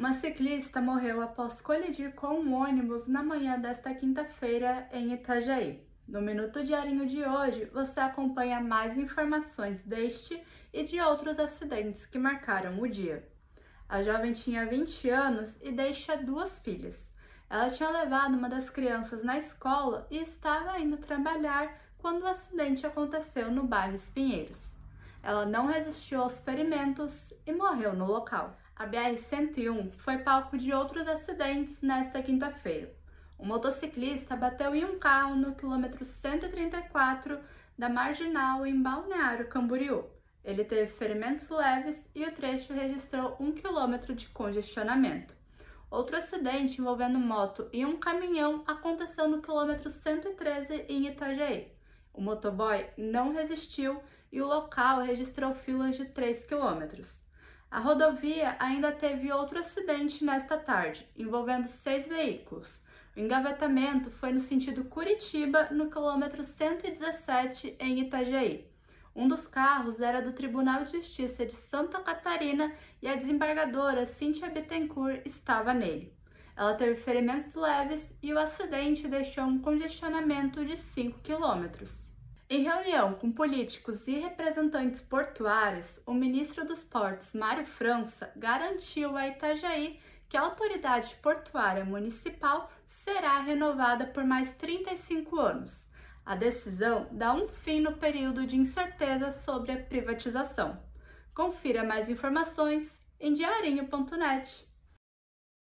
Uma ciclista morreu após colidir com um ônibus na manhã desta quinta-feira em Itajaí. No Minuto Diarinho de hoje, você acompanha mais informações deste e de outros acidentes que marcaram o dia. A jovem tinha 20 anos e deixa 2 filhas. Ela tinha levado uma das crianças na escola e estava indo trabalhar quando o acidente aconteceu no bairro Espinheiros. Ela não resistiu aos ferimentos e morreu no local. A BR-101 foi palco de outros acidentes nesta quinta-feira. Um motociclista bateu em um carro no quilômetro 134 da Marginal em Balneário Camboriú. Ele teve ferimentos leves e o trecho registrou 1 quilômetro de congestionamento. Outro acidente envolvendo moto e um caminhão aconteceu no quilômetro 113 em Itajaí. O motoboy não resistiu e o local registrou filas de 3 quilômetros. A rodovia ainda teve outro acidente nesta tarde, envolvendo 6 veículos. O engavetamento foi no sentido Curitiba, no quilômetro 117, em Itajaí. Um dos carros era do Tribunal de Justiça de Santa Catarina e a desembargadora Cíntia Bittencourt estava nele. Ela teve ferimentos leves e o acidente deixou um congestionamento de 5 quilômetros. Em reunião com políticos e representantes portuários, o ministro dos Portos, Mário França, garantiu a Itajaí que a autoridade portuária municipal será renovada por mais 35 anos. A decisão dá um fim no período de incerteza sobre a privatização. Confira mais informações em diarinho.net.